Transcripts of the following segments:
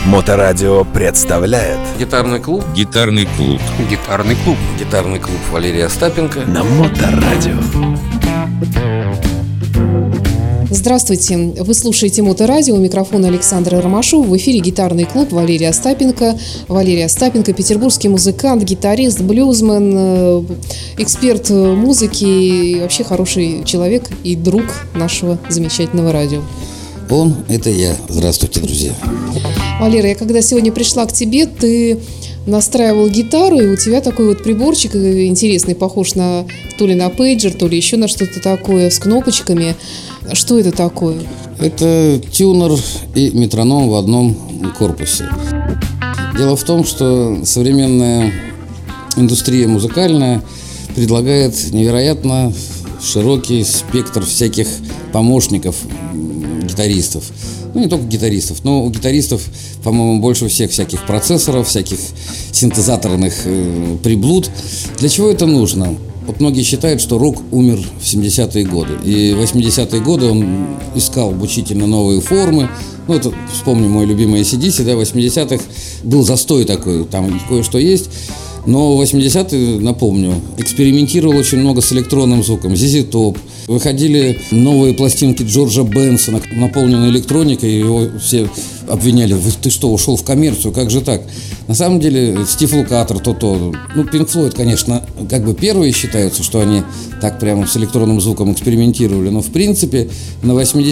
Моторадио представляет Гитарный клуб. Гитарный клуб. Гитарный клуб. Гитарный клуб Валерия Остапенко на Моторадио. Здравствуйте, вы слушаете Моторадио, у микрофона Александра Ромашова, в эфире гитарный клуб Валерия Остапенко. Валерий Остапенко, петербургский музыкант, гитарист, блюзмен, эксперт музыки и вообще хороший человек и друг нашего замечательного радио. Он – это я. Здравствуйте, друзья. Валера, я когда сегодня пришла к тебе, ты настраивал гитару, и у тебя такой вот приборчик интересный, похож на то ли на пейджер, то ли еще на что-то такое с кнопочками. Что это такое? Это тюнер и метроном в одном корпусе. Дело в том, что современная индустрия музыкальная предлагает невероятно широкий спектр всяких помощников гитаристов. Ну, не только гитаристов, но у гитаристов, по-моему, больше всех всяких процессоров, всяких синтезаторных приблуд. Для чего это нужно? Вот многие считают, что рок умер в 70-е годы. И в 80-е годы он искал мучительно новые формы. Ну, это, вспомню, мой любимый AC/DC, да, в 80-х был застой такой, там кое-что есть. Но в 80-е, напомню, экспериментировал очень много с электронным звуком. ZZ Top. Выходили новые пластинки Джорджа Бенсона, наполненные электроникой, и его все обвиняли: ты что, ушел в коммерцию, как же так? На самом деле Стив Лукатер, то-то. Ну, Pink Floyd, конечно, как бы первые считаются, что они так прямо с электронным звуком экспериментировали, но в принципе на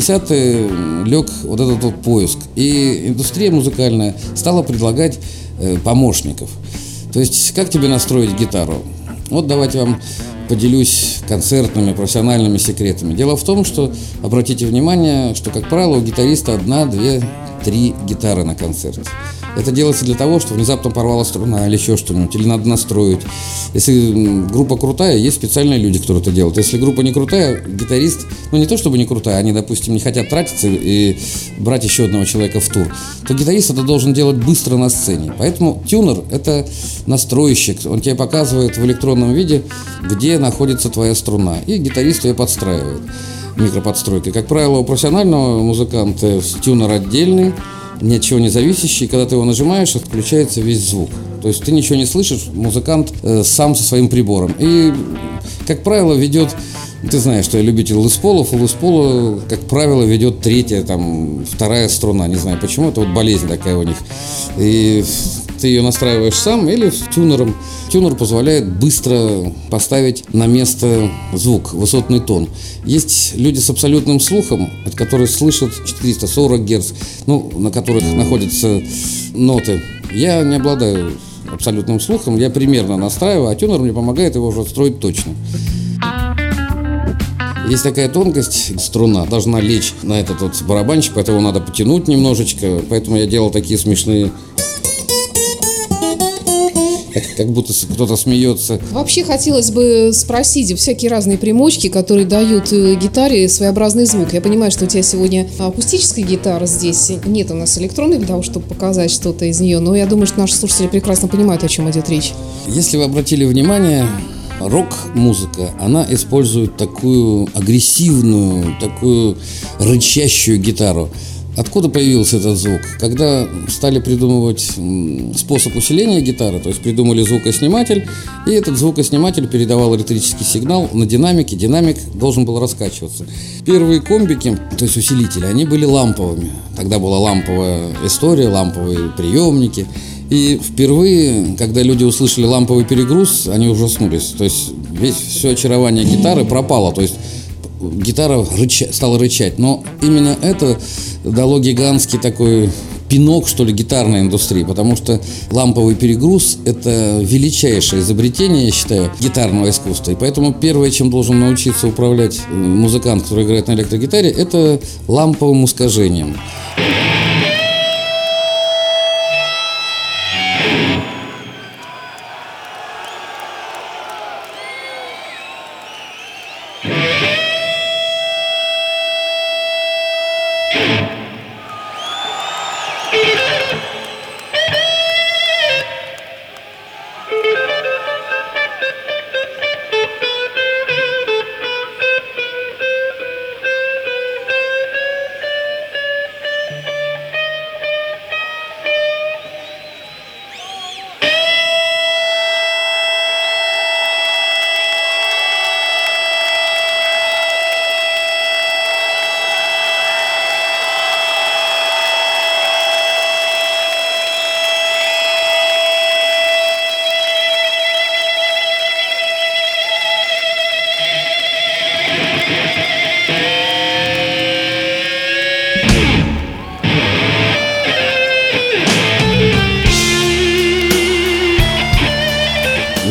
80-е лег вот этот вот поиск. И индустрия музыкальная стала предлагать помощников. То есть, как тебе настроить гитару? Вот давайте вам поделюсь концертными, профессиональными секретами. Дело в том, что, обратите внимание, что, как правило, у гитариста 1, 2, 3 гитары на концерте. Это делается для того, что внезапно порвалась струна или еще что-нибудь, или надо настроить. Если группа крутая, есть специальные люди, которые это делают. Если группа не крутая, гитарист, ну не то чтобы не крутая, они, допустим, не хотят тратиться и брать еще одного человека в тур, то гитарист это должен делать быстро на сцене. Поэтому тюнер – это настройщик. Он тебе показывает в электронном виде, где находится твоя струна, и гитарист ее подстраивает микроподстройкой. Как правило, у профессионального музыканта тюнер отдельный, ни от чего не зависящий. Когда ты его нажимаешь, отключается весь звук. То есть ты ничего не слышишь, музыкант сам со своим прибором. И, как правило, ведет... Ты знаешь, что я любитель Лес Полов. У Лес Пола, как правило, ведет 3-я, там, 2-я струна. Не знаю почему, это вот болезнь такая у них. И ты ее настраиваешь сам или тюнером. Тюнер позволяет быстро поставить на место звук, высотный тон. Есть люди с абсолютным слухом, которые слышат 440 Гц, ну, на которых находятся ноты. Я не обладаю абсолютным слухом, я примерно настраиваю, а тюнер мне помогает его уже отстроить точно. Есть такая тонкость, струна должна лечь на этот вот барабанчик, поэтому надо потянуть немножечко, поэтому я делал такие смешные... Как будто кто-то смеется. Вообще хотелось бы спросить, всякие разные примочки, которые дают гитаре своеобразный звук. Я понимаю, что у тебя сегодня акустическая гитара здесь, нет у нас электронной для того, чтобы показать что-то из нее, но я думаю, что наши слушатели прекрасно понимают, о чем идет речь. Если вы обратили внимание, рок-музыка, она использует такую агрессивную, такую рычащую гитару. Откуда появился этот звук? Когда стали придумывать способ усиления гитары, то есть придумали звукосниматель, и этот звукосниматель передавал электрический сигнал на динамике, динамик должен был раскачиваться. Первые комбики, то есть усилители, они были ламповыми. Тогда была ламповая история, ламповые приемники. И впервые, когда люди услышали ламповый перегруз, они ужаснулись. То есть все очарование гитары пропало. То есть гитара стала рычать. Но именно это дало гигантский такой пинок, что ли, гитарной индустрии, потому что ламповый перегруз – это величайшее изобретение, я считаю, гитарного искусства. И поэтому первое, чем должен научиться управлять музыкант, который играет на электрогитаре, это ламповым искажением.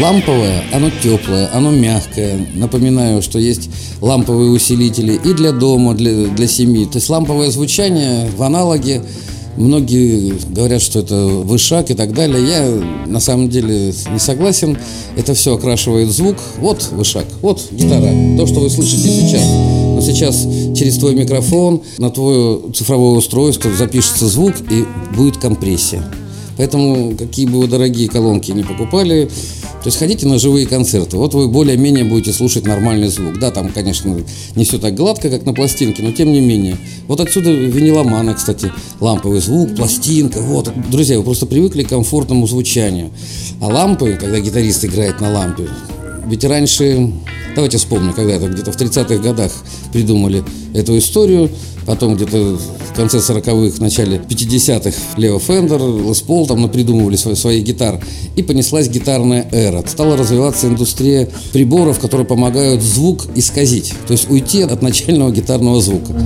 ламповое, оно теплое, оно мягкое. Напоминаю, что есть ламповые усилители и для дома, для семьи. То есть ламповое звучание в аналоге. Многие говорят, что это вышаг и так далее. Я на самом деле не согласен. Это все окрашивает звук. Вот вышаг, вот гитара. То, что вы слышите сейчас. Но сейчас через твой микрофон на твое цифровое устройство запишется звук и будет компрессия. Поэтому, какие бы вы дорогие колонки ни покупали, то есть ходите на живые концерты. Вот вы более-менее будете слушать нормальный звук. Да, там, конечно, не все так гладко, как на пластинке, но тем не менее. Вот отсюда виниломаны, кстати, ламповый звук, пластинка. Вот, друзья, вы просто привыкли к комфортному звучанию. А лампы, когда гитарист играет на лампе, ведь раньше, давайте вспомним, когда-то где-то в 30-х годах придумали эту историю, потом где-то в конце 40-х, в начале 50-х Лео Фендер, Лес Пол там напридумывали свои гитар, и понеслась гитарная эра. Стала развиваться индустрия приборов, которые помогают звук исказить, то есть уйти от начального гитарного звука.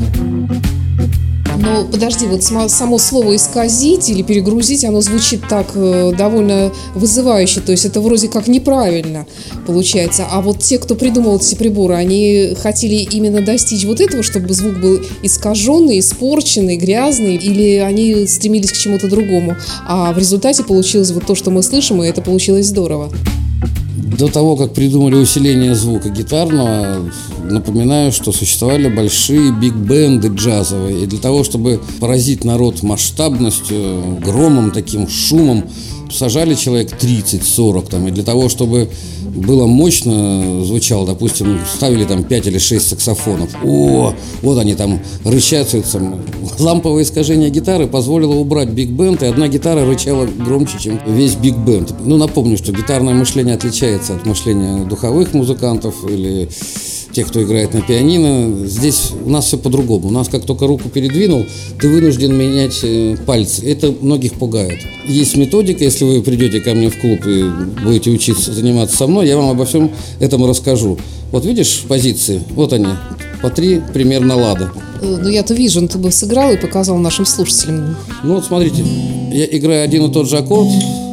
Но подожди, вот само слово «исказить» или «перегрузить», оно звучит так довольно вызывающе, то есть это вроде как неправильно получается. А вот те, кто придумал эти приборы, они хотели именно достичь вот этого, чтобы звук был искаженный, испорченный, грязный, или они стремились к чему-то другому? А в результате получилось вот то, что мы слышим, и это получилось здорово. До того, как придумали усиление звука гитарного, напоминаю, что существовали большие биг-бенды джазовые. И для того, чтобы поразить народ масштабностью, громом, таким шумом, сажали человек 30-40 там. И для того, чтобы было мощно звучало, допустим, ставили там 5 или 6 саксофонов. О, вот они там рычат. Ламповое искажение гитары позволило убрать биг-бенд, и одна гитара рычала громче, чем весь биг-бенд. Ну, напомню, что гитарное мышление отличается от мышления духовых музыкантов или тех, кто играет на пианино. Здесь у нас все по-другому. У нас как только руку передвинул, ты вынужден менять пальцы. Это многих пугает. Есть методика, если вы придете ко мне в клуб и будете учиться заниматься со мной, я вам обо всем этом расскажу. Вот видишь позиции? Вот они. По 3 примерно лада. Ну, я-то вижу, ты бы сыграл и показал нашим слушателям. Ну, вот смотрите. Я играю один и тот же аккорд.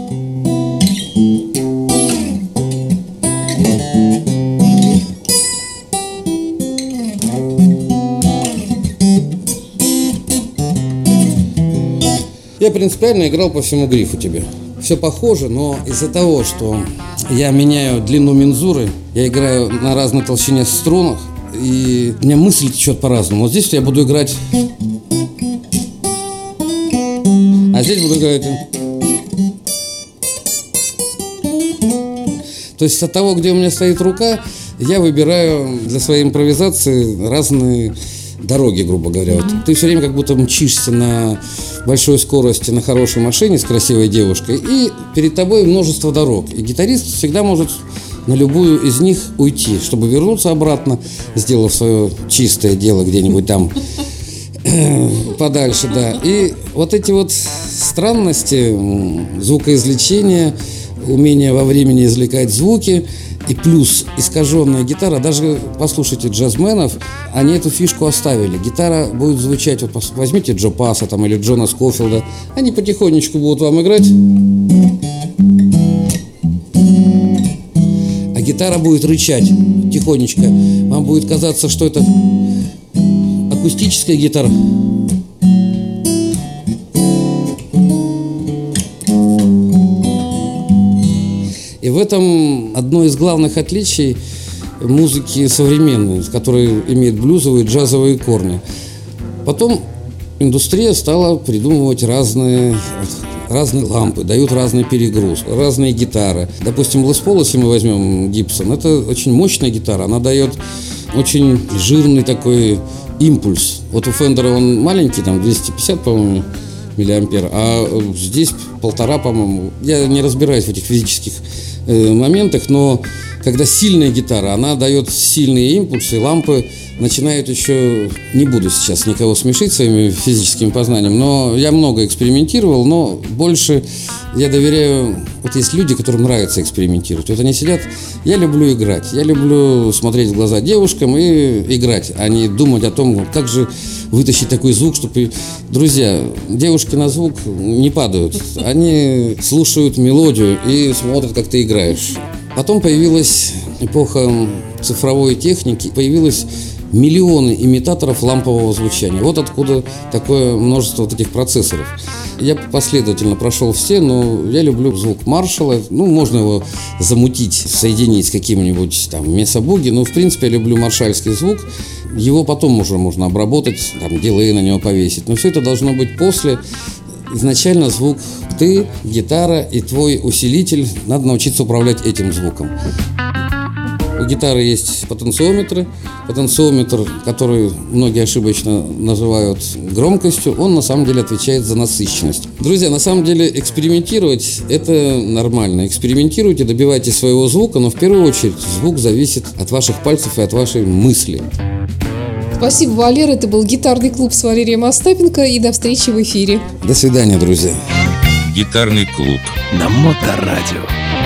Я принципиально играл по всему грифу тебе. Все похоже, но из-за того, что я меняю длину мензуры, я играю на разной толщине струнах, и у меня мысль течет по-разному. Вот здесь я буду играть, а здесь буду играть. То есть от того, где у меня стоит рука, я выбираю для своей импровизации разные дороги, грубо говоря. Вот ты все время как будто мчишься на большой скорости на хорошей машине с красивой девушкой, и перед тобой множество дорог. И гитарист всегда может на любую из них уйти, чтобы вернуться обратно, сделав свое чистое дело где-нибудь там подальше, да. И вот эти вот странности звукоизвлечения, умение во времени извлекать звуки, и плюс искаженная гитара. Даже послушайте джазменов, они эту фишку оставили. Гитара будет звучать, вот возьмите Джо Пасса там, или Джона Скофилда, они потихонечку будут вам играть, а гитара будет рычать тихонечко. Вам будет казаться, что это акустическая гитара. И в этом одно из главных отличий музыки современной, которая имеет блюзовые, джазовые корни. Потом индустрия стала придумывать разные лампы, дают разный перегруз, разные гитары. Допустим, Лес Пол, если мы возьмем Гибсон, это очень мощная гитара, она дает очень жирный такой импульс. Вот у Фендера он маленький, там 250, по-моему, миллиампер, а здесь 1,5, по-моему. Я не разбираюсь в этих физических моментах, но когда сильная гитара, она дает сильные импульсы, лампы начинают еще... Не буду сейчас никого смешить своими физическими познаниями, но я много экспериментировал, но больше я доверяю... Вот есть люди, которым нравится экспериментировать. Вот они сидят... Я люблю играть, я люблю смотреть в глаза девушкам и играть, а не думать о том, как же вытащить такой звук, чтобы... Друзья, девушки на звук не падают, они слушают мелодию и смотрят, как ты играешь. Потом появилась эпоха цифровой техники, появилось миллионы имитаторов лампового звучания. Вот откуда такое множество вот этих процессоров. Я последовательно прошел все, но я люблю звук Маршалла. Можно его замутить, соединить с каким-нибудь там месобуги, но в принципе я люблю маршальский звук. Его потом уже можно обработать, там дилей на него повесить. Но все это должно быть после. Изначально звук ты, гитара и твой усилитель. Надо научиться управлять этим звуком. У гитары есть потенциометры. Потенциометр, который многие ошибочно называют громкостью, он на самом деле отвечает за насыщенность. Друзья, на самом деле экспериментировать – это нормально. Экспериментируйте, добивайтесь своего звука, но в первую очередь звук зависит от ваших пальцев и от вашей мысли. Спасибо, Валера. Это был гитарный клуб с Валерием Остапенко. И до встречи в эфире. До свидания, друзья. Гитарный клуб на Моторадио.